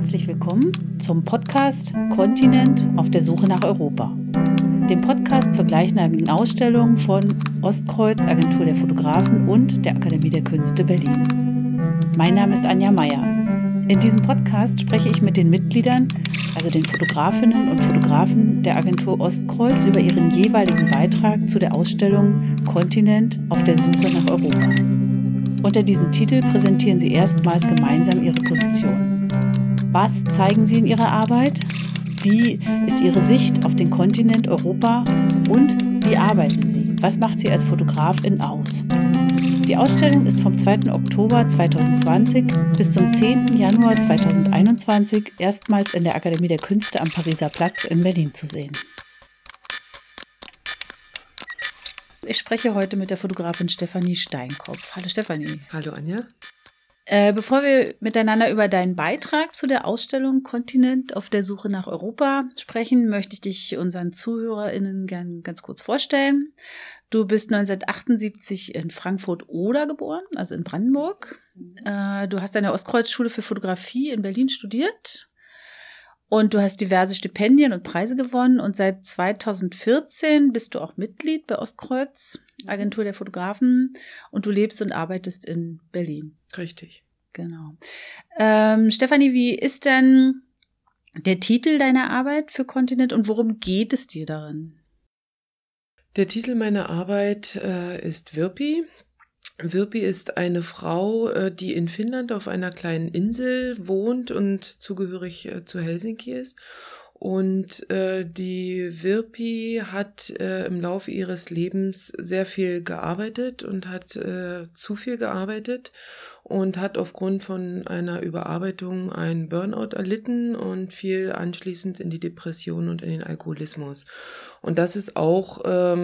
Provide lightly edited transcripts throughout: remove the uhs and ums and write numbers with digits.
herzlich willkommen zum Podcast Kontinent auf der Suche nach Europa. Dem Podcast zur gleichnamigen Ausstellung von Ostkreuz, Agentur der Fotografen und der Akademie der Künste Berlin. Mein Name ist Anja Meier. In diesem Podcast spreche ich mit den Mitgliedern, also den Fotografinnen und Fotografen der Agentur Ostkreuz, über ihren jeweiligen Beitrag zu der Ausstellung Kontinent auf der Suche nach Europa. Unter diesem Titel präsentieren sie erstmals gemeinsam ihre Position. Was zeigen sie in ihrer Arbeit? Wie ist ihre Sicht auf den Kontinent Europa? Und wie arbeiten sie? Was macht sie als Fotografin aus? Die Ausstellung ist vom 2. Oktober 2020 bis zum 10. Januar 2021 erstmals in der Akademie der Künste am Pariser Platz in Berlin zu sehen. Ich spreche heute mit der Fotografin Stefanie Steinkopf. Hallo Stefanie. Hallo Anja. Bevor wir miteinander über deinen Beitrag zu der Ausstellung Kontinent auf der Suche nach Europa sprechen, möchte ich dich unseren ZuhörerInnen gern ganz kurz vorstellen. Du bist 1978 in Frankfurt-Oder geboren, also in Brandenburg. Du hast an der Ostkreuz-Schule für Fotografie in Berlin studiert. Und du hast diverse Stipendien und Preise gewonnen. Und seit 2014 bist du auch Mitglied bei Ostkreuz, Agentur der Fotografen. Und du lebst und arbeitest in Berlin. Richtig. Genau. Stefanie, wie ist denn der Titel deiner Arbeit für Kontinent und worum geht es dir darin? Der Titel meiner Arbeit ist Virpi. Virpi ist eine Frau, die in Finnland auf einer kleinen Insel wohnt und zugehörig zu Helsinki ist. Und die Virpi hat im Laufe ihres Lebens sehr viel gearbeitet und hat zu viel gearbeitet und hat aufgrund von einer Überarbeitung einen Burnout erlitten und fiel anschließend in die Depression und in den Alkoholismus. Und das ist auch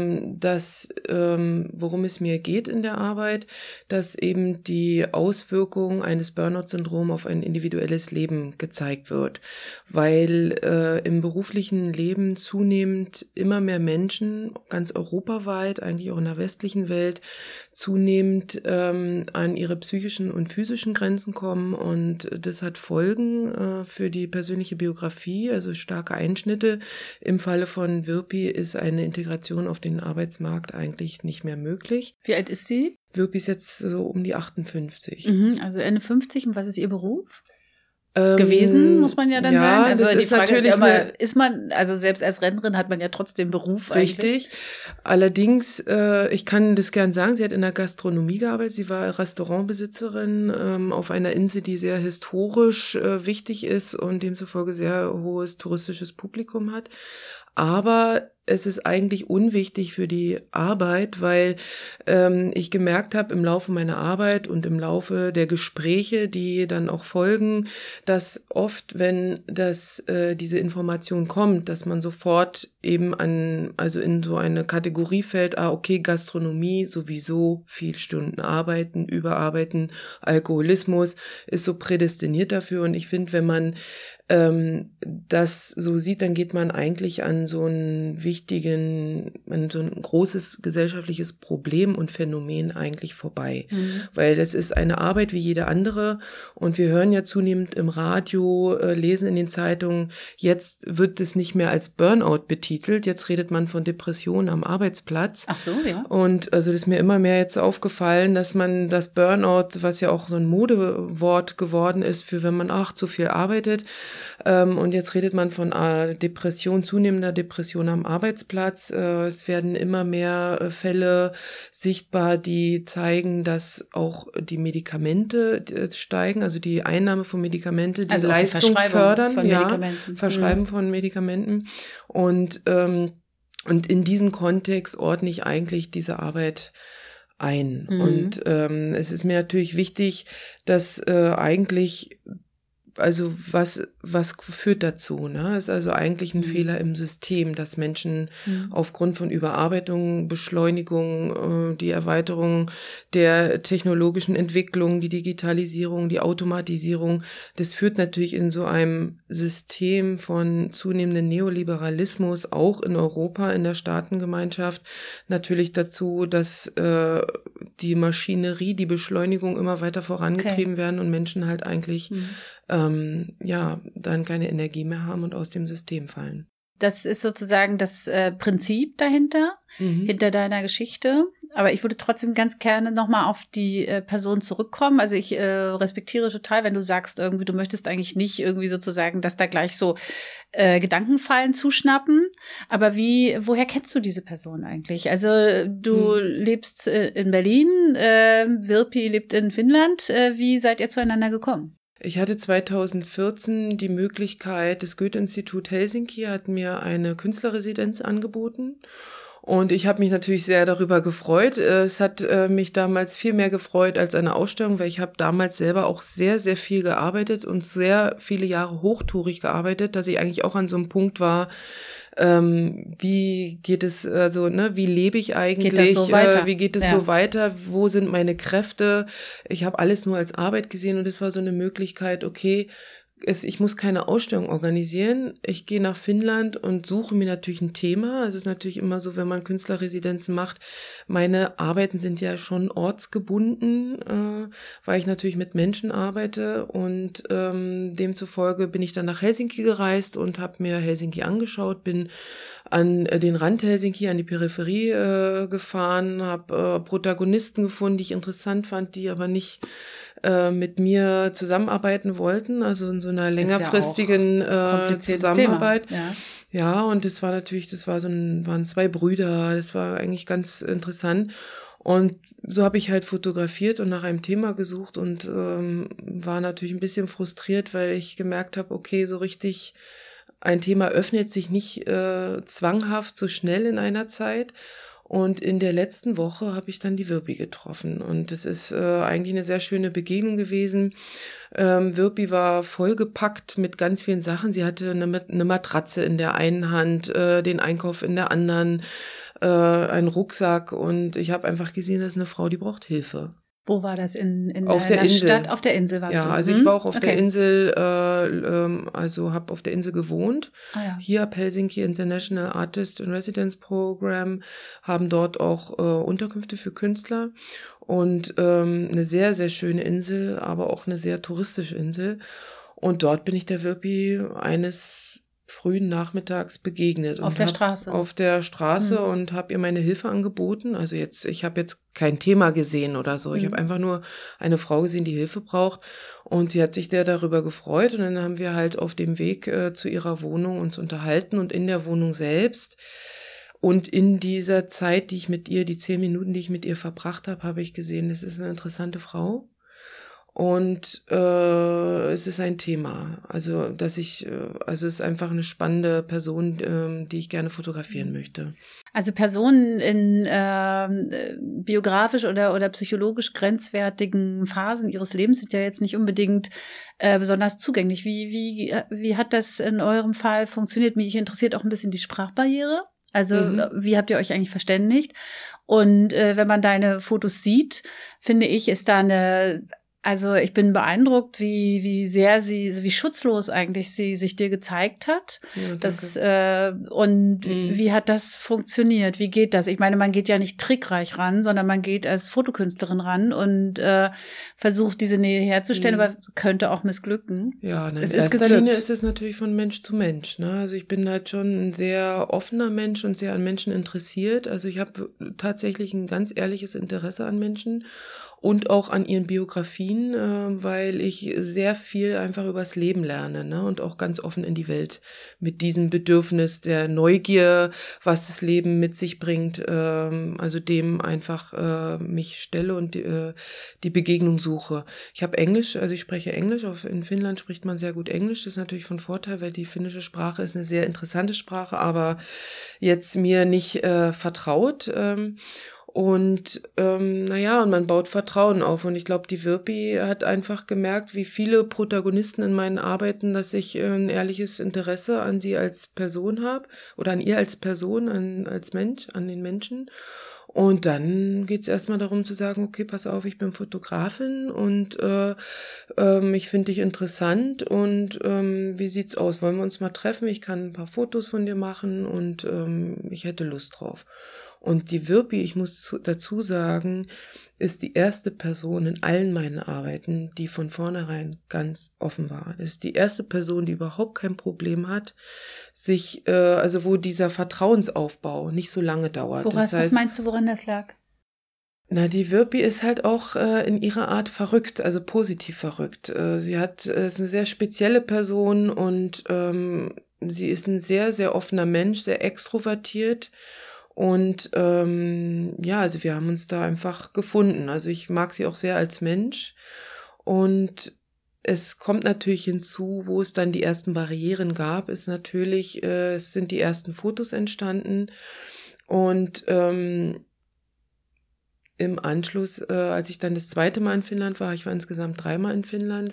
worum es mir geht in der Arbeit, dass eben die Auswirkung eines Burnout-Syndroms auf ein individuelles Leben gezeigt wird, weil im beruflichen Leben zunehmend immer mehr Menschen, ganz europaweit, eigentlich auch in der westlichen Welt, zunehmend an ihre psychischen und physischen Grenzen kommen, und das hat Folgen für die persönliche Biografie, also starke Einschnitte. Im Falle von Virpi ist eine Integration auf den Arbeitsmarkt eigentlich nicht mehr möglich. Wie alt ist sie? Virpi ist jetzt so um die 58. Also Ende 50. Und was ist ihr Beruf? Gewesen, muss man ja dann sagen. Also das die ist Frage ist ja natürlich immer, ist man, also selbst als Rentnerin hat man ja trotzdem Beruf eigentlich. Richtig. Allerdings, ich kann das gern sagen, sie hat in der Gastronomie gearbeitet, sie war Restaurantbesitzerin auf einer Insel, die sehr historisch wichtig ist und demzufolge sehr hohes touristisches Publikum hat. Aber es ist eigentlich unwichtig für die Arbeit, weil ich gemerkt habe im Laufe meiner Arbeit und im Laufe der Gespräche, die dann auch folgen, dass oft, wenn diese Information kommt, dass man sofort eben also in so eine Kategorie fällt, okay, Gastronomie sowieso, viel Stunden arbeiten, überarbeiten, Alkoholismus ist so prädestiniert dafür. Und ich finde, wenn man das so sieht, dann geht man eigentlich an so ein großes gesellschaftliches Problem und Phänomen eigentlich vorbei. Weil das ist eine Arbeit wie jede andere, und wir hören ja zunehmend im Radio, lesen in den Zeitungen, jetzt wird es nicht mehr als Burnout betitelt, jetzt redet man von Depressionen am Arbeitsplatz. Ach so, ja. Und also das ist mir immer mehr jetzt aufgefallen, dass man das Burnout, was ja auch so ein Modewort geworden ist für wenn man zu viel arbeitet, und jetzt redet man von Depression, zunehmender Depression am Arbeitsplatz. Es werden immer mehr Fälle sichtbar, die zeigen, dass auch die Medikamente steigen, also die Einnahme von Medikamenten, die Leistung fördern, Verschreiben von Medikamenten. Und in diesen Kontext ordne ich eigentlich diese Arbeit ein. Und es ist mir natürlich wichtig, dass eigentlich, also was was führt dazu? Ne? Ist also eigentlich ein Fehler im System, dass Menschen aufgrund von Überarbeitung, Beschleunigung, die Erweiterung der technologischen Entwicklung, die Digitalisierung, die Automatisierung, das führt natürlich in so einem System von zunehmendem Neoliberalismus, auch in Europa, in der Staatengemeinschaft, natürlich dazu, dass die Maschinerie, die Beschleunigung immer weiter vorangetrieben werden und Menschen halt eigentlich dann keine Energie mehr haben und aus dem System fallen. Das ist sozusagen das Prinzip dahinter, hinter deiner Geschichte. Aber ich würde trotzdem ganz gerne nochmal auf die Person zurückkommen. Also ich respektiere total, wenn du sagst, irgendwie, du möchtest eigentlich nicht irgendwie sozusagen, dass da gleich so Gedankenfallen zuschnappen. Aber woher kennst du diese Person eigentlich? Also du lebst in Berlin, Virpi lebt in Finnland. Wie seid ihr zueinander gekommen? Ich hatte 2014 die Möglichkeit, das Goethe-Institut Helsinki hat mir eine Künstlerresidenz angeboten. Und ich habe mich natürlich sehr darüber gefreut. Es hat mich damals viel mehr gefreut als eine Ausstellung, weil ich habe damals selber auch sehr, sehr viel gearbeitet und sehr viele Jahre hochtourig gearbeitet, dass ich eigentlich auch an so einem Punkt war, wie geht es, wie lebe ich eigentlich? Geht das so weiter? Wie geht es so weiter? Wo sind meine Kräfte? Ich habe alles nur als Arbeit gesehen und es war so eine Möglichkeit, okay, ich muss keine Ausstellung organisieren. Ich gehe nach Finnland und suche mir natürlich ein Thema. Also es ist natürlich immer so, wenn man Künstlerresidenzen macht. Meine Arbeiten sind ja schon ortsgebunden, weil ich natürlich mit Menschen arbeite. Und demzufolge bin ich dann nach Helsinki gereist und habe mir Helsinki angeschaut, bin an den Rand Helsinki, an die Peripherie gefahren, habe Protagonisten gefunden, die ich interessant fand, die aber nicht mit mir zusammenarbeiten wollten, also in so einer längerfristigen Zusammenarbeit. Thema. Ja, und das war natürlich, waren zwei Brüder, das war eigentlich ganz interessant. Und so habe ich halt fotografiert und nach einem Thema gesucht und war natürlich ein bisschen frustriert, weil ich gemerkt habe, okay, so richtig ein Thema öffnet sich nicht zwanghaft so schnell in einer Zeit. Und in der letzten Woche habe ich dann die Virpi getroffen. Und das ist eigentlich eine sehr schöne Begegnung gewesen. Virpi war vollgepackt mit ganz vielen Sachen. Sie hatte eine Matratze in der einen Hand, den Einkauf in der anderen, einen Rucksack. Und ich habe einfach gesehen, das ist eine Frau, die braucht Hilfe. Wo war das? Auf der Insel. Stadt? Auf der Insel warst du? Ja, also ich war auch auf der Insel, also habe auf der Insel gewohnt. Hier ab Helsinki International Artist in Residence Program, haben dort auch Unterkünfte für Künstler und eine sehr, sehr schöne Insel, aber auch eine sehr touristische Insel. Und dort bin ich der Virpi eines frühen Nachmittags begegnet. Auf der Straße? Auf der Straße und habe ihr meine Hilfe angeboten. Also ich habe jetzt kein Thema gesehen oder so. Ich habe einfach nur eine Frau gesehen, die Hilfe braucht. Und sie hat sich sehr darüber gefreut. Und dann haben wir halt auf dem Weg zu ihrer Wohnung uns unterhalten. Und in der Wohnung selbst und in dieser Zeit, die 10 Minuten, die ich mit ihr verbracht habe, habe ich gesehen, das ist eine interessante Frau. Und es ist ein Thema, also es ist einfach eine spannende Person, die ich gerne fotografieren möchte. Also Personen in biografisch oder psychologisch grenzwertigen Phasen ihres Lebens sind ja jetzt nicht unbedingt besonders zugänglich. Wie hat das in eurem Fall funktioniert? Mich interessiert auch ein bisschen die Sprachbarriere. Also wie habt ihr euch eigentlich verständigt? Und wenn man deine Fotos sieht, finde ich, ist da also ich bin beeindruckt, wie sehr wie schutzlos eigentlich sie sich dir gezeigt hat. Ja, wie hat das funktioniert? Wie geht das? Ich meine, man geht ja nicht trickreich ran, sondern man geht als Fotokünstlerin ran und versucht, diese Nähe herzustellen, aber könnte auch missglücken. Ja, in erster Linie ist es natürlich von Mensch zu Mensch. Ne? Also ich bin halt schon ein sehr offener Mensch und sehr an Menschen interessiert. Also ich habe tatsächlich ein ganz ehrliches Interesse an Menschen und auch an ihren Biografien, weil ich sehr viel einfach übers Leben lerne, ne? Und auch ganz offen in die Welt mit diesem Bedürfnis der Neugier, was das Leben mit sich bringt, also dem einfach mich stelle und die Begegnung suche. Ich habe Englisch, also ich spreche Englisch, in Finnland spricht man sehr gut Englisch, das ist natürlich von Vorteil, weil die finnische Sprache ist eine sehr interessante Sprache, aber jetzt mir nicht vertraut. Und und man baut Vertrauen auf. Und ich glaube, die Wirpi hat einfach gemerkt, wie viele Protagonisten in meinen Arbeiten, dass ich ein ehrliches Interesse an sie als Person habe oder an ihr als Person, als Mensch, an den Menschen. Und dann geht's erstmal darum zu sagen, okay, pass auf, ich bin Fotografin und ich finde dich interessant und wie sieht's aus? Wollen wir uns mal treffen? Ich kann ein paar Fotos von dir machen und ich hätte Lust drauf. Und die Wirpi, ich muss dazu sagen, ist die erste Person in allen meinen Arbeiten, die von vornherein ganz offen war. Das ist die erste Person, die überhaupt kein Problem hat, wo dieser Vertrauensaufbau nicht so lange dauert. Was meinst du, woran das lag? Na, die Wirpi ist halt auch in ihrer Art verrückt, also positiv verrückt. Sie ist eine sehr spezielle Person und sie ist ein sehr, sehr offener Mensch, sehr extrovertiert. Und also wir haben uns da einfach gefunden. Also ich mag sie auch sehr als Mensch. Und es kommt natürlich hinzu, wo es dann die ersten Barrieren gab, ist natürlich, es sind die ersten Fotos entstanden. Und im Anschluss, als ich dann das zweite Mal in Finnland war, ich war insgesamt 3 Mal in Finnland,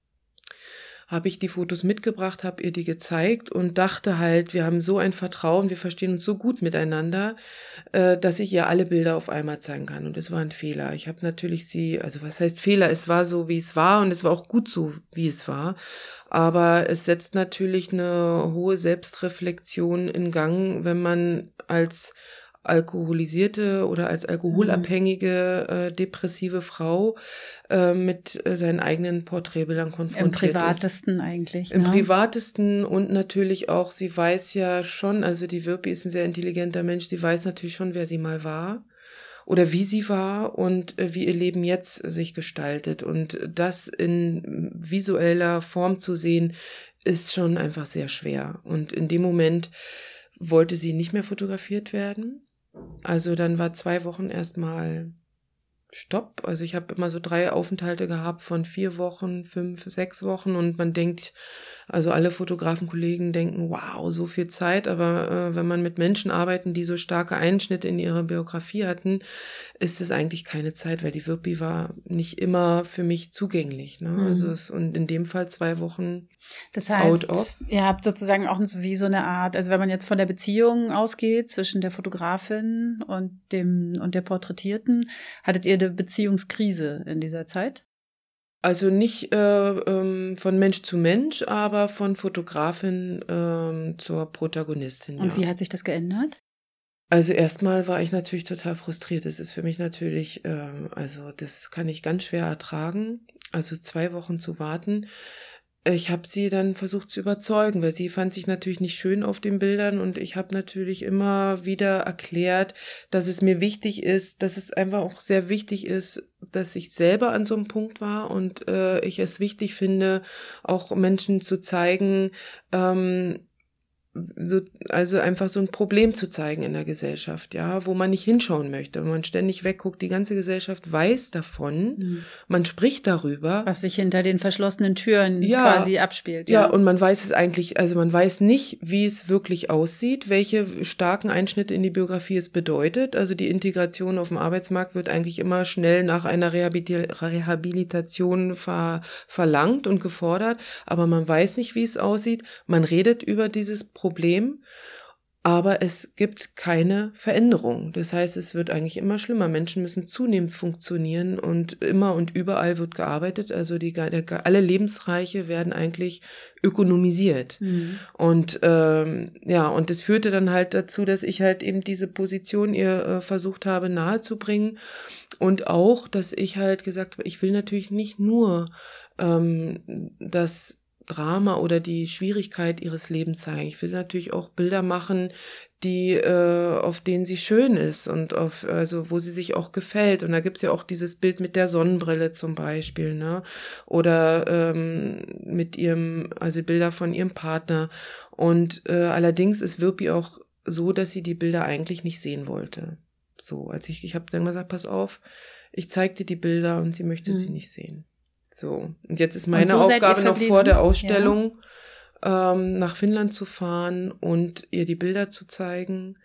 habe ich die Fotos mitgebracht, habe ihr die gezeigt und dachte halt, wir haben so ein Vertrauen, wir verstehen uns so gut miteinander, dass ich ihr alle Bilder auf einmal zeigen kann. Und es war ein Fehler. Ich habe natürlich was heißt Fehler? Es war so, wie es war und es war auch gut so, wie es war. Aber es setzt natürlich eine hohe Selbstreflexion in Gang, wenn man als alkoholisierte oder als alkoholabhängige, depressive Frau mit seinen eigenen Porträtbildern konfrontiert ist. Im Privatesten eigentlich. Im Privatesten und natürlich auch, sie weiß ja schon, also die Wirpi ist ein sehr intelligenter Mensch, sie weiß natürlich schon, wer sie mal war oder wie sie war und wie ihr Leben jetzt sich gestaltet. Und das in visueller Form zu sehen, ist schon einfach sehr schwer. Und in dem Moment wollte sie nicht mehr fotografiert werden. Also dann war 2 Wochen erstmal Stopp. Also ich habe immer so 3 Aufenthalte gehabt von 4 Wochen, 5, 6 Wochen und man denkt, also alle Fotografenkollegen denken, wow, so viel Zeit, aber wenn man mit Menschen arbeitet, die so starke Einschnitte in ihre Biografie hatten, ist es eigentlich keine Zeit, weil die Wirpi war nicht immer für mich zugänglich. Ne? Also und in dem Fall 2 Wochen. Das heißt, ihr habt sozusagen auch wie so eine Art, also wenn man jetzt von der Beziehung ausgeht zwischen der Fotografin und der Porträtierten, hattet ihr eine Beziehungskrise in dieser Zeit? Also nicht von Mensch zu Mensch, aber von Fotografin zur Protagonistin. Und wie hat sich das geändert? Also erstmal war ich natürlich total frustriert. Das ist für mich natürlich, das kann ich ganz schwer ertragen. Also 2 Wochen zu warten. Ich habe sie dann versucht zu überzeugen, weil sie fand sich natürlich nicht schön auf den Bildern und ich habe natürlich immer wieder erklärt, dass es mir wichtig ist, dass es einfach auch sehr wichtig ist, dass ich selber an so einem Punkt war und ich es wichtig finde, auch Menschen zu zeigen, also einfach so ein Problem zu zeigen in der Gesellschaft, ja, wo man nicht hinschauen möchte, wenn man ständig wegguckt. Die ganze Gesellschaft weiß davon, man spricht darüber. Was sich hinter den verschlossenen Türen quasi abspielt. Ja, und man weiß es eigentlich, also man weiß nicht, wie es wirklich aussieht, welche starken Einschnitte in die Biografie es bedeutet. Also die Integration auf dem Arbeitsmarkt wird eigentlich immer schnell nach einer Rehabilitation verlangt und gefordert, aber man weiß nicht, wie es aussieht. Man redet über dieses Problem, aber es gibt keine Veränderung. Das heißt, es wird eigentlich immer schlimmer. Menschen müssen zunehmend funktionieren und immer und überall wird gearbeitet. Also alle Lebensbereiche werden eigentlich ökonomisiert. Und und das führte dann halt dazu, dass ich halt eben diese Position ihr versucht habe nahezubringen und auch, dass ich halt gesagt habe, ich will natürlich nicht nur das Drama oder die Schwierigkeit ihres Lebens zeigen. Ich will natürlich auch Bilder machen, auf denen sie schön ist und wo sie sich auch gefällt. Und da gibt's ja auch dieses Bild mit der Sonnenbrille zum Beispiel, ne? Oder mit Bilder von ihrem Partner. Und allerdings ist Wirpi auch so, dass sie die Bilder eigentlich nicht sehen wollte. So, ich habe dann gesagt, pass auf, ich zeig dir die Bilder und sie möchte sie nicht sehen. So, und jetzt ist meine Aufgabe noch vor der Ausstellung, nach Finnland zu fahren und ihr die Bilder zu zeigen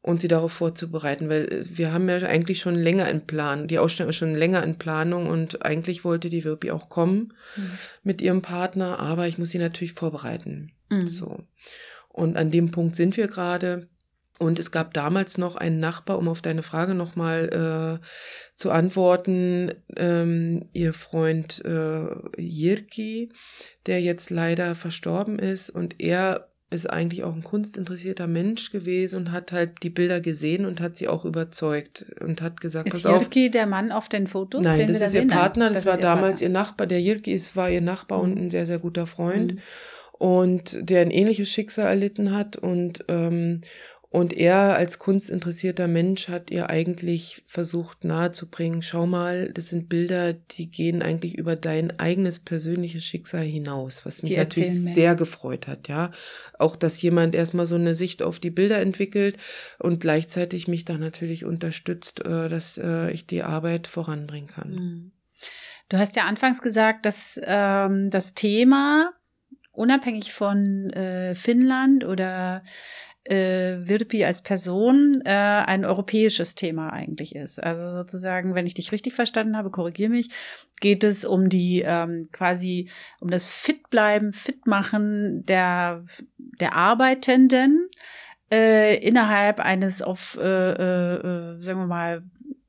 und sie darauf vorzubereiten, weil wir haben ja eigentlich schon länger in Plan, die Ausstellung ist schon länger in Planung und eigentlich wollte die Wirpi auch kommen mit ihrem Partner, aber ich muss sie natürlich vorbereiten. So. Und an dem Punkt sind wir gerade. Und es gab damals noch einen Nachbar, um auf deine Frage nochmal zu antworten, ihr Freund Jirki, der jetzt leider verstorben ist, und er ist eigentlich auch ein kunstinteressierter Mensch gewesen und hat halt die Bilder gesehen und hat sie auch überzeugt und hat gesagt, ist Jirki der Mann auf den Fotos? Nein, den das wir ist da ihr sehen? Partner, Nein, das war damals Partner. ihr Nachbar. Der Jirki war ihr Nachbar und ein sehr, sehr guter Freund und der ein ähnliches Schicksal erlitten hat und er als kunstinteressierter Mensch hat ihr eigentlich versucht nahezubringen, schau mal, das sind Bilder, die gehen eigentlich über dein eigenes persönliches Schicksal hinaus, was mich natürlich sehr gefreut hat, ja. Auch, dass jemand erstmal so eine Sicht auf die Bilder entwickelt und gleichzeitig mich da natürlich unterstützt, dass ich die Arbeit voranbringen kann. Du hast ja anfangs gesagt, dass das Thema unabhängig von Finnland oder Virpi als Person ein europäisches Thema eigentlich ist. Also sozusagen, wenn ich dich richtig verstanden habe, korrigiere mich, geht es um die quasi um das Fitmachen der Arbeitenden innerhalb eines sagen wir mal,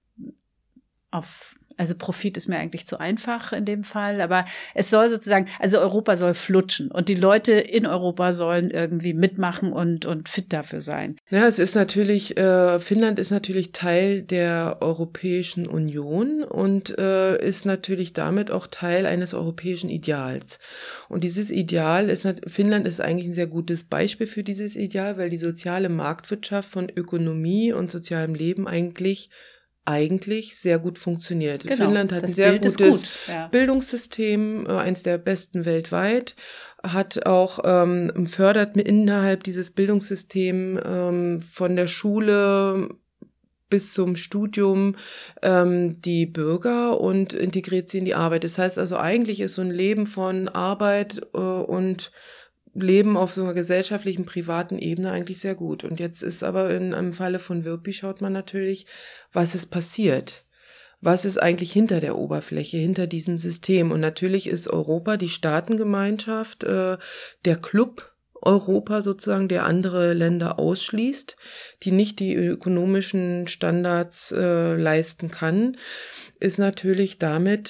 also Profit ist mir eigentlich zu einfach in dem Fall, aber es soll sozusagen, also Europa soll flutschen und die Leute in Europa sollen irgendwie mitmachen und fit dafür sein. Ja, es ist natürlich, Finnland ist natürlich Teil der Europäischen Union und ist natürlich damit auch Teil eines europäischen Ideals. Und dieses Ideal Finnland ist eigentlich ein sehr gutes Beispiel für dieses Ideal, weil die soziale Marktwirtschaft von Ökonomie und sozialem Leben eigentlich sehr gut funktioniert. Genau, Finnland hat ein sehr gutes Bildungssystem, eins der besten weltweit, hat auch fördert innerhalb dieses Bildungssystems von der Schule bis zum Studium die Bürger und integriert sie in die Arbeit. Das heißt also, eigentlich ist so ein Leben von Arbeit und Leben auf so einer gesellschaftlichen, privaten Ebene eigentlich sehr gut. Und jetzt ist aber im Falle von Virpi schaut man natürlich, was ist passiert. Was ist eigentlich hinter der Oberfläche, hinter diesem System? Und natürlich ist Europa die Staatengemeinschaft, der Club Europa sozusagen, der andere Länder ausschließt, die nicht die ökonomischen Standards leisten kann, ist natürlich damit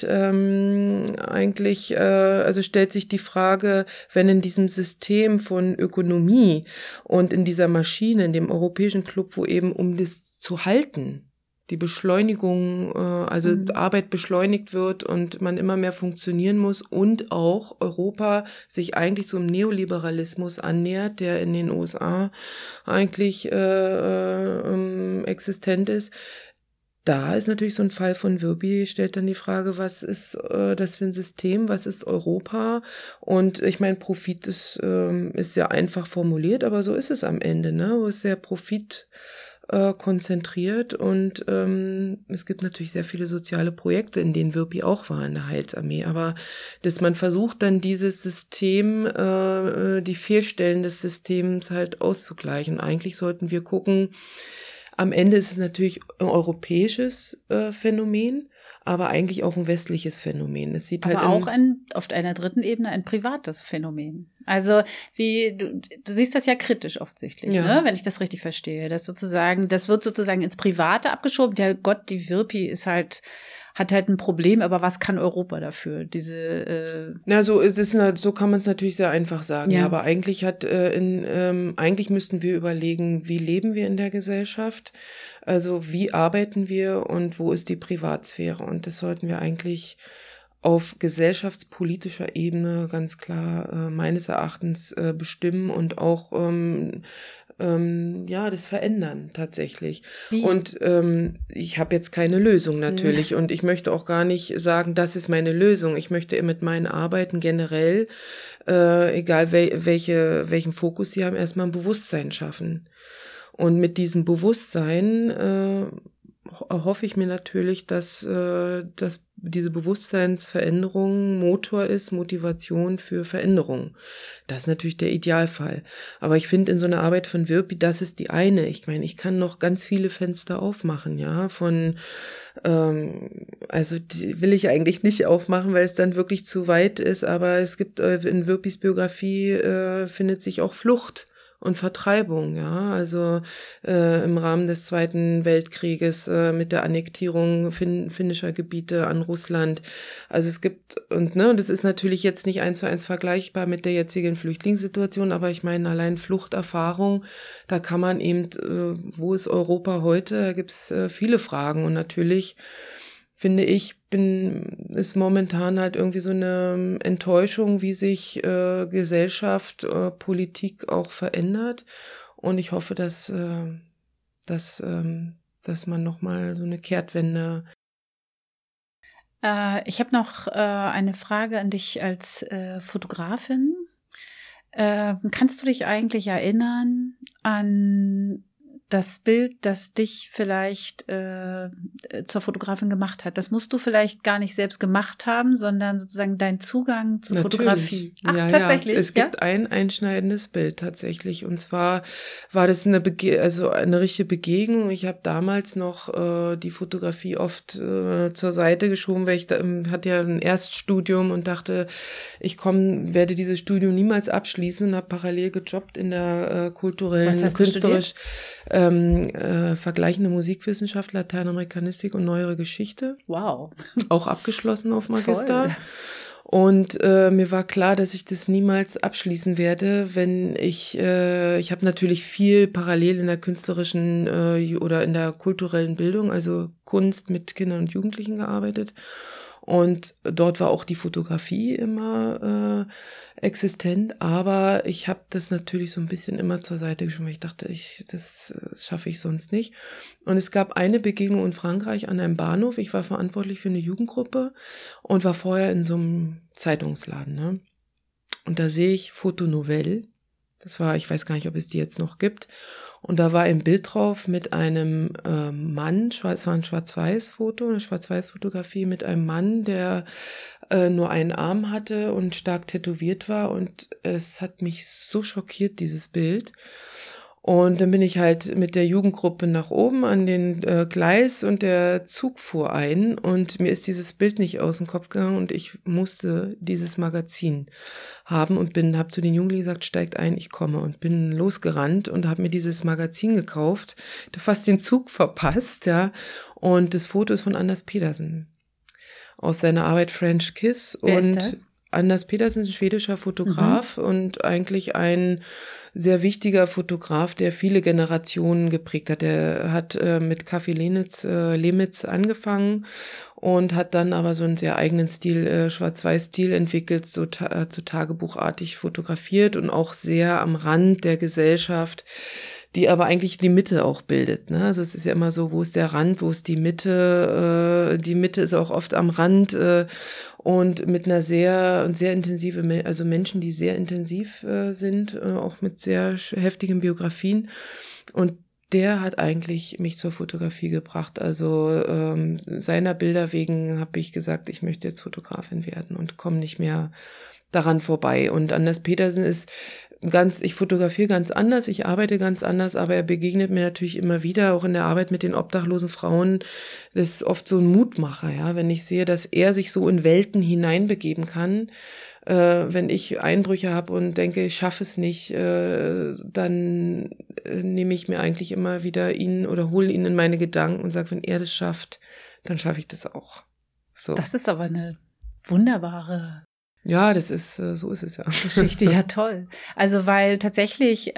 also stellt sich die Frage, wenn in diesem System von Ökonomie und in dieser Maschine, in dem europäischen Club, wo eben um das zu halten, die Beschleunigung, Arbeit beschleunigt wird und man immer mehr funktionieren muss und auch Europa sich eigentlich so einem Neoliberalismus annähert, der in den USA eigentlich existent ist. Da ist natürlich so ein Fall von Virpi, stellt dann die Frage, was ist das für ein System, was ist Europa? Und ich meine, Profit ist sehr einfach formuliert, aber so ist es am Ende, ne? Wo ist sehr Profit konzentriert und es gibt natürlich sehr viele soziale Projekte, in denen Virpi auch war in der Heilsarmee, aber dass man versucht dann dieses System, die Fehlstellen des Systems halt auszugleichen. Und eigentlich sollten wir gucken, am Ende ist es natürlich ein europäisches Phänomen, aber eigentlich auch ein westliches Phänomen. Es sieht aber halt auch auf einer dritten Ebene ein privates Phänomen. Also wie du siehst das ja kritisch offensichtlich, ja, ne? Wenn ich das richtig verstehe. Das wird sozusagen ins Private abgeschoben. Ja Gott, die Virpi hat halt ein Problem, aber was kann Europa dafür? So kann man es natürlich sehr einfach sagen. Ja. Ja, aber eigentlich eigentlich müssten wir überlegen, wie leben wir in der Gesellschaft? Also wie arbeiten wir und wo ist die Privatsphäre? Und das sollten wir eigentlich auf gesellschaftspolitischer Ebene ganz klar meines Erachtens bestimmen und auch das verändern tatsächlich. Wie? Und ich habe jetzt keine Lösung natürlich und ich möchte auch gar nicht sagen, das ist meine Lösung. Ich möchte mit meinen Arbeiten generell, egal welchen Fokus sie haben, erstmal ein Bewusstsein schaffen. Und mit diesem Bewusstsein erhoffe ich mir natürlich, dass diese Bewusstseinsveränderung Motor ist, Motivation für Veränderung. Das ist natürlich der Idealfall. Aber ich finde in so einer Arbeit von Wirpi, das ist die eine. Ich meine, ich kann noch ganz viele Fenster aufmachen, ja, also die will ich eigentlich nicht aufmachen, weil es dann wirklich zu weit ist, aber es gibt in Wirpis Biografie findet sich auch Flucht und Vertreibung, ja, also im Rahmen des Zweiten Weltkrieges mit der Annektierung finnischer Gebiete an Russland. Also es gibt, und das ist natürlich jetzt nicht 1:1 vergleichbar mit der jetzigen Flüchtlingssituation, aber ich meine, allein Fluchterfahrung, da kann man eben, wo ist Europa heute, da gibt's viele Fragen und natürlich finde ich, ist momentan halt irgendwie so eine Enttäuschung, wie sich Gesellschaft, Politik auch verändert. Und ich hoffe, dass man nochmal so eine Kehrtwende. Ich habe noch eine Frage an dich als Fotografin. Kannst du dich eigentlich erinnern an das Bild, das dich vielleicht zur Fotografin gemacht hat? Das musst du vielleicht gar nicht selbst gemacht haben, sondern sozusagen dein Zugang zur Fotografie. Ach, ja, tatsächlich? Ja. Es gibt ein einschneidendes Bild tatsächlich. Und zwar war das eine richtige Begegnung. Ich habe damals noch die Fotografie oft zur Seite geschoben, weil ich hatte ja ein Erststudium und dachte, werde dieses Studium niemals abschließen und habe parallel gejobbt in der kulturellen, künstlerisch vergleichende Musikwissenschaft, Lateinamerikanistik und Neuere Geschichte. Wow. Auch abgeschlossen auf Magister. Toll. Und mir war klar, dass ich das niemals abschließen werde, wenn ich habe natürlich viel parallel in der künstlerischen oder in der kulturellen Bildung, also Kunst mit Kindern und Jugendlichen gearbeitet. Und dort war auch die Fotografie immer existent, aber ich habe das natürlich so ein bisschen immer zur Seite geschoben, weil ich dachte, das schaffe ich sonst nicht. Und es gab eine Begegnung in Frankreich an einem Bahnhof. Ich war verantwortlich für eine Jugendgruppe und war vorher in so einem Zeitungsladen, ne? Und da sehe ich Photo Nouvelle. Ich weiß gar nicht, ob es die jetzt noch gibt. Und da war ein Bild drauf mit einem Mann, es war ein Schwarz-Weiß-Foto, eine Schwarz-Weiß-Fotografie mit einem Mann, der nur einen Arm hatte und stark tätowiert war. Und es hat mich so schockiert, dieses Bild. Und dann bin ich halt mit der Jugendgruppe nach oben an den Gleis und der Zug fuhr ein und mir ist dieses Bild nicht aus dem Kopf gegangen und ich musste dieses Magazin haben und habe zu den Jugendlichen gesagt, steigt ein, ich komme, und bin losgerannt und habe mir dieses Magazin gekauft, hatte fast den Zug verpasst, ja, und das Foto ist von Anders Pedersen aus seiner Arbeit French Kiss. Wer ist das? Anders Pedersen ist ein schwedischer Fotograf und eigentlich ein sehr wichtiger Fotograf, der viele Generationen geprägt hat. Er hat mit Kaffee Lemitz angefangen und hat dann aber so einen sehr eigenen Stil, Schwarz-Weiß-Stil entwickelt, so tagebuchartig fotografiert und auch sehr am Rand der Gesellschaft, die aber eigentlich die Mitte auch bildet, ne? Also es ist ja immer so, wo ist der Rand, wo ist die Mitte? Die Mitte ist auch oft am Rand und mit einer sehr intensive, also Menschen, die sehr intensiv sind, auch mit sehr heftigen Biografien. Und der hat eigentlich mich zur Fotografie gebracht. Also seiner Bilder wegen habe ich gesagt, ich möchte jetzt Fotografin werden und komme nicht mehr daran vorbei. Und Anders Pedersen ist ich fotografiere ganz anders, ich arbeite ganz anders, aber er begegnet mir natürlich immer wieder, auch in der Arbeit mit den obdachlosen Frauen. Das ist oft so ein Mutmacher, ja, wenn ich sehe, dass er sich so in Welten hineinbegeben kann. Wenn ich Einbrüche habe und denke, ich schaffe es nicht, dann nehme ich mir eigentlich immer wieder ihn oder hole ihn in meine Gedanken und sage, wenn er das schafft, dann schaffe ich das auch. So. Das ist aber eine wunderbare Ja, das ist, so ist es ja. Geschichte, ja toll. Also weil tatsächlich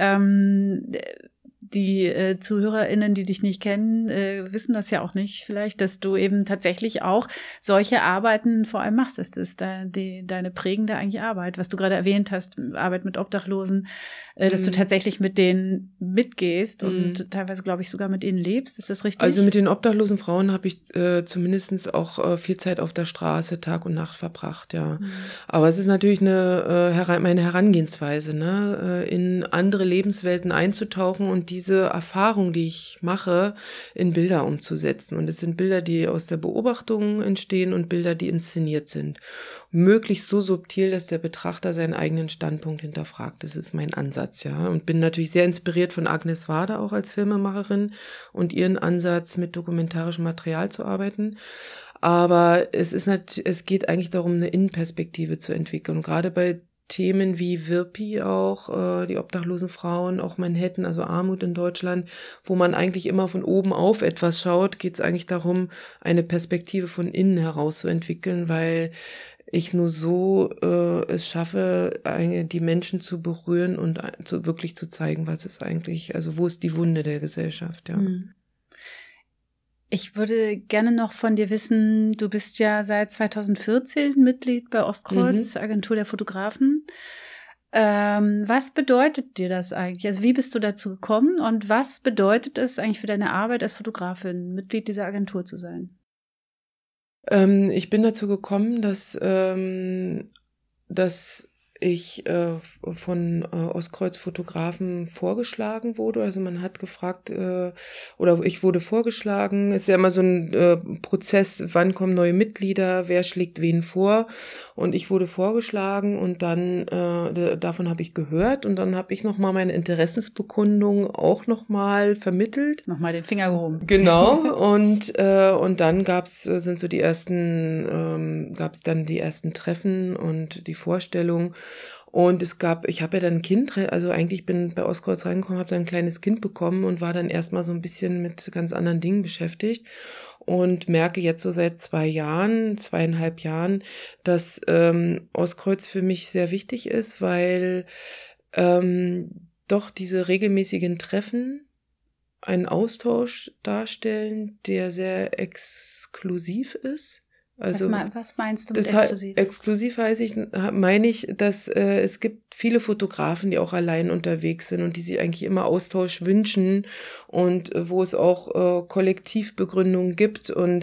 die ZuhörerInnen, die dich nicht kennen, wissen das ja auch nicht vielleicht, dass du eben tatsächlich auch solche Arbeiten vor allem machst. Das ist deine prägende eigentlich Arbeit, was du gerade erwähnt hast, Arbeit mit Obdachlosen, dass du tatsächlich mit denen mitgehst und teilweise, glaube ich, sogar mit ihnen lebst. Ist das richtig? Also mit den obdachlosen Frauen habe ich zumindest auch viel Zeit auf der Straße Tag und Nacht verbracht, ja. Aber es ist natürlich meine Herangehensweise, ne, in andere Lebenswelten einzutauchen und diese Erfahrung, die ich mache, in Bilder umzusetzen. Und es sind Bilder, die aus der Beobachtung entstehen und Bilder, die inszeniert sind. Möglichst so subtil, dass der Betrachter seinen eigenen Standpunkt hinterfragt. Das ist mein Ansatz, ja. Und bin natürlich sehr inspiriert von Agnes Varda auch als Filmemacherin und ihren Ansatz, mit dokumentarischem Material zu arbeiten. Aber es geht eigentlich darum, eine Innenperspektive zu entwickeln. Und gerade bei Themen wie Wirpi auch, die obdachlosen Frauen, auch Manhattan, also Armut in Deutschland, wo man eigentlich immer von oben auf etwas schaut, geht es eigentlich darum, eine Perspektive von innen heraus zu entwickeln, weil ich nur so es schaffe, die Menschen zu berühren und wirklich zu zeigen, was ist eigentlich, also wo ist die Wunde der Gesellschaft, ja. Ich würde gerne noch von dir wissen, du bist ja seit 2014 Mitglied bei Ostkreuz, Agentur der Fotografen. Was bedeutet dir das eigentlich? Also wie bist du dazu gekommen und was bedeutet es eigentlich für deine Arbeit als Fotografin, Mitglied dieser Agentur zu sein? Ich bin dazu gekommen, dass ich von Ostkreuz-Fotografen vorgeschlagen wurde. Also man hat gefragt, oder ich wurde vorgeschlagen. Es ist ja immer so ein Prozess, wann kommen neue Mitglieder, wer schlägt wen vor. Und ich wurde vorgeschlagen und dann, davon habe ich gehört. Und dann habe ich nochmal meine Interessensbekundung auch nochmal vermittelt. Nochmal den Finger gehoben. Genau. Und dann gab's dann die ersten Treffen und die Vorstellung. Und ich habe ja dann ein Kind, also eigentlich bin bei Ostkreuz reingekommen, habe dann ein kleines Kind bekommen und war dann erstmal so ein bisschen mit ganz anderen Dingen beschäftigt und merke jetzt so seit 2,5 Jahren, dass Ostkreuz für mich sehr wichtig ist, weil doch diese regelmäßigen Treffen einen Austausch darstellen, der sehr exklusiv ist. Also, was meinst du mit exklusiv? Exklusiv meine ich, dass es gibt viele Fotografen, die auch allein unterwegs sind und die sich eigentlich immer Austausch wünschen und wo es auch Kollektivbegründungen gibt und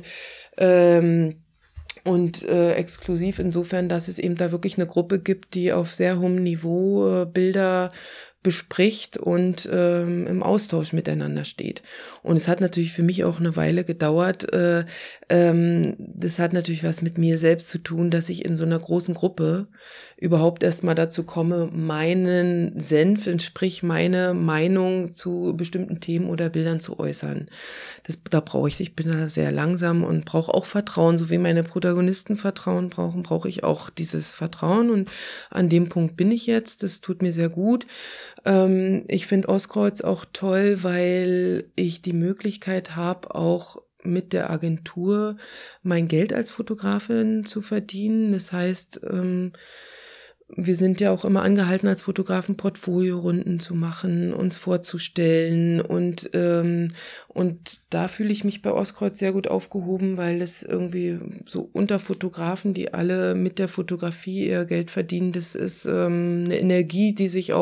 exklusiv insofern, dass es eben da wirklich eine Gruppe gibt, die auf sehr hohem Niveau Bilder bespricht und im Austausch miteinander steht. Und es hat natürlich für mich auch eine Weile gedauert. Das hat natürlich was mit mir selbst zu tun, dass ich in so einer großen Gruppe überhaupt erstmal dazu komme, meinen Senf, sprich meine Meinung zu bestimmten Themen oder Bildern zu äußern. Ich bin da sehr langsam und brauche auch Vertrauen, so wie meine Protagonisten Vertrauen brauche ich auch dieses Vertrauen. Und an dem Punkt bin ich jetzt. Das tut mir sehr gut. Ich finde Ostkreuz auch toll, weil ich die Möglichkeit habe, auch mit der Agentur mein Geld als Fotografin zu verdienen. Das heißt, wir sind ja auch immer angehalten, als Fotografen Portfoliorunden zu machen, uns vorzustellen und da fühle ich mich bei Ostkreuz sehr gut aufgehoben, weil es irgendwie so unter Fotografen, die alle mit der Fotografie ihr Geld verdienen, das ist eine Energie, die sich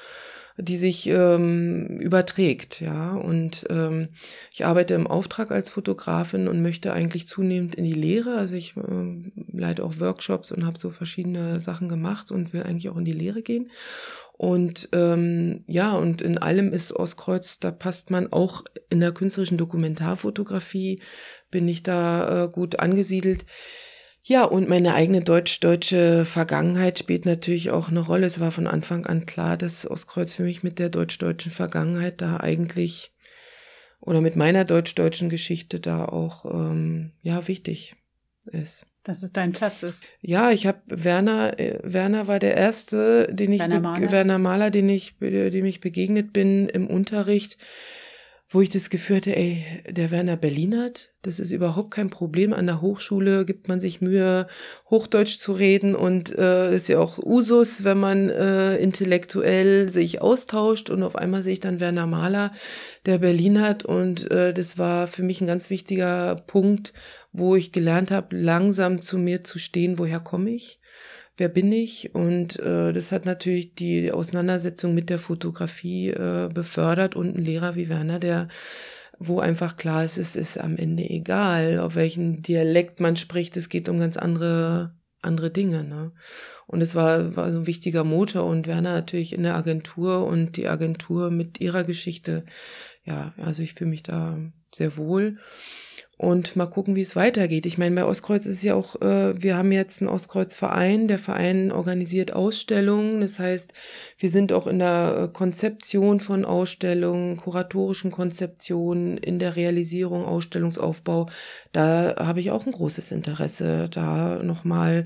überträgt, ja. Und ich arbeite im Auftrag als Fotografin und möchte eigentlich zunehmend in die Lehre. Also ich leite auch Workshops und habe so verschiedene Sachen gemacht und will eigentlich auch in die Lehre gehen. Und und in allem ist Ostkreuz, da passt man auch in der künstlerischen Dokumentarfotografie, bin ich da gut angesiedelt. Ja, und meine eigene deutsch-deutsche Vergangenheit spielt natürlich auch eine Rolle. Es war von Anfang an klar, dass Ostkreuz für mich mit der deutsch-deutschen Vergangenheit da eigentlich oder mit meiner deutsch-deutschen Geschichte da auch wichtig ist. Dass es dein Platz ist. Ja, ich habe Werner war der erste, Werner Mahler, dem ich begegnet bin im Unterricht, wo ich das Gefühl hatte, der Werner Berlinert, das ist überhaupt kein Problem. An der Hochschule gibt man sich Mühe, Hochdeutsch zu reden und ist ja auch Usus, wenn man intellektuell sich austauscht und auf einmal sehe ich dann Werner Mahler, der Berlinert und das war für mich ein ganz wichtiger Punkt, wo ich gelernt habe, langsam zu mir zu stehen, woher komme ich? Wer bin ich? Und das hat natürlich die Auseinandersetzung mit der Fotografie befördert und ein Lehrer wie Werner, wo einfach klar ist, es ist am Ende egal, auf welchen Dialekt man spricht, es geht um ganz andere andere Dinge, ne? Und es war so ein wichtiger Motor und Werner natürlich in der Agentur und die Agentur mit ihrer Geschichte. Ja, also ich fühle mich da sehr wohl. Und mal gucken, wie es weitergeht. Ich meine, bei Ostkreuz ist es ja auch, wir haben jetzt einen Ostkreuz-Verein. Der Verein organisiert Ausstellungen. Das heißt, wir sind auch in der Konzeption von Ausstellungen, kuratorischen Konzeptionen, in der Realisierung, Ausstellungsaufbau. Da habe ich auch ein großes Interesse, da nochmal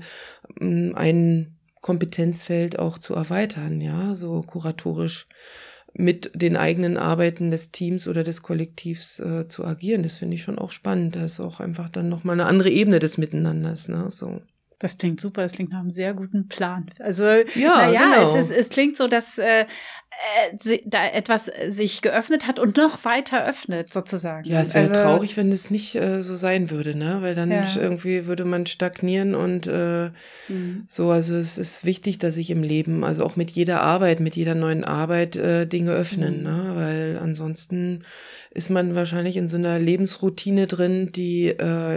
ein Kompetenzfeld auch zu erweitern, ja, so kuratorisch mit den eigenen Arbeiten des Teams oder des Kollektivs zu agieren. Das finde ich schon auch spannend. Da ist auch einfach dann nochmal eine andere Ebene des Miteinanders, ne, so. Das klingt super, das klingt nach einem sehr guten Plan. Also, ja, genau. Es klingt so, dass da etwas sich geöffnet hat und noch weiter öffnet, sozusagen. Ja, es wäre traurig, wenn das nicht so sein würde, ne? Weil dann irgendwie würde man stagnieren und so. Also es ist wichtig, dass sich im Leben, also auch mit jeder Arbeit, mit jeder neuen Arbeit Dinge öffnen, ne? Weil ansonsten ist man wahrscheinlich in so einer Lebensroutine drin, die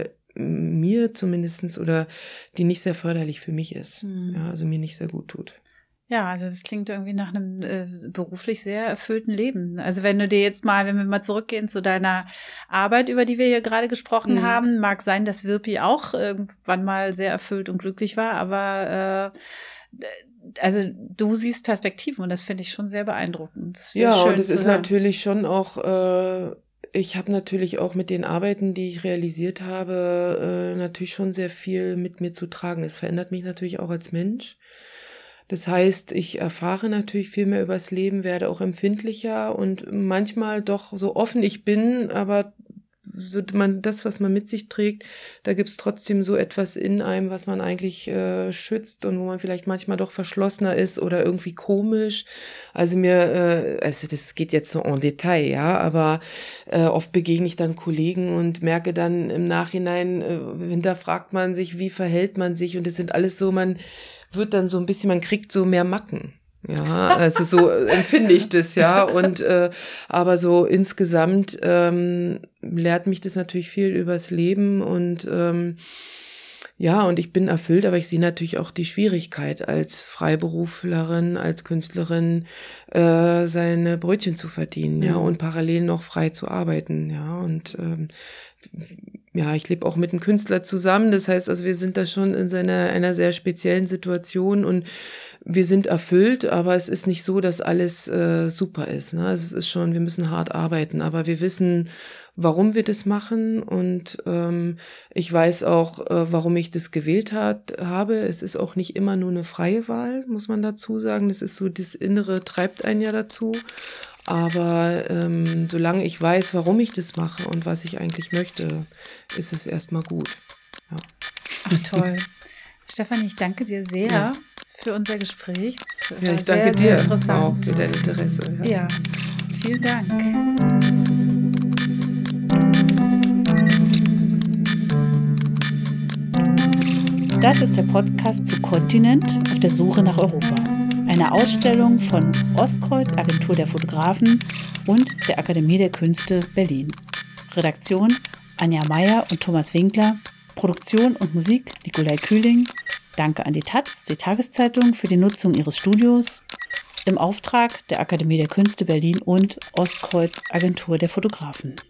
mir zumindestens oder die nicht sehr förderlich für mich ist. Ja, also mir nicht sehr gut tut. Ja, also das klingt irgendwie nach einem beruflich sehr erfüllten Leben. Also wenn wir mal zurückgehen zu deiner Arbeit, über die wir hier gerade gesprochen haben, mag sein, dass Wirpi auch irgendwann mal sehr erfüllt und glücklich war, aber also du siehst Perspektiven und das finde ich schon sehr beeindruckend. Ja, und es ist natürlich schon auch ich habe natürlich auch mit den Arbeiten, die ich realisiert habe, natürlich schon sehr viel mit mir zu tragen. Es verändert mich natürlich auch als Mensch. Das heißt, ich erfahre natürlich viel mehr übers Leben, werde auch empfindlicher und manchmal doch so offen ich bin, aber so das, was man mit sich trägt, da gibt's trotzdem so etwas in einem, was man eigentlich schützt und wo man vielleicht manchmal doch verschlossener ist oder irgendwie komisch. Also also das geht jetzt so en Detail, ja, aber oft begegne ich dann Kollegen und merke dann im Nachhinein, hinterfragt man sich, wie verhält man sich und das sind alles so, man wird dann so ein bisschen, man kriegt so mehr Macken. Ja, also so empfinde ich das, ja. Und aber so insgesamt lehrt mich das natürlich viel übers Leben und ja, und ich bin erfüllt, aber ich sehe natürlich auch die Schwierigkeit als Freiberuflerin, als Künstlerin seine Brötchen zu verdienen, ja, und parallel noch frei zu arbeiten, ja. Und ja, ich lebe auch mit einem Künstler zusammen, das heißt, also wir sind da schon in einer sehr speziellen Situation und wir sind erfüllt, aber es ist nicht so, dass alles super ist, ne? Also es ist schon, wir müssen hart arbeiten, aber wir wissen, warum wir das machen und ich weiß auch, warum ich das gewählt habe. Es ist auch nicht immer nur eine freie Wahl, muss man dazu sagen. Das ist so, das Innere treibt einen ja dazu. Aber solange ich weiß, warum ich das mache und was ich eigentlich möchte, ist es erstmal gut. Ja. Ach toll. Stefanie, ich danke dir sehr für unser Gespräch. Ja, ich danke dir auch für dein Interesse. Ja, vielen Dank. Das ist der Podcast zu Kontinent auf der Suche nach Europa. Eine Ausstellung von Ostkreuz, Agentur der Fotografen und der Akademie der Künste Berlin. Redaktion Anja Meyer und Thomas Winkler. Produktion und Musik Nikolai Kühling. Danke an die taz, die Tageszeitung, für die Nutzung ihres Studios im Auftrag der Akademie der Künste Berlin und Ostkreuz, Agentur der Fotografen.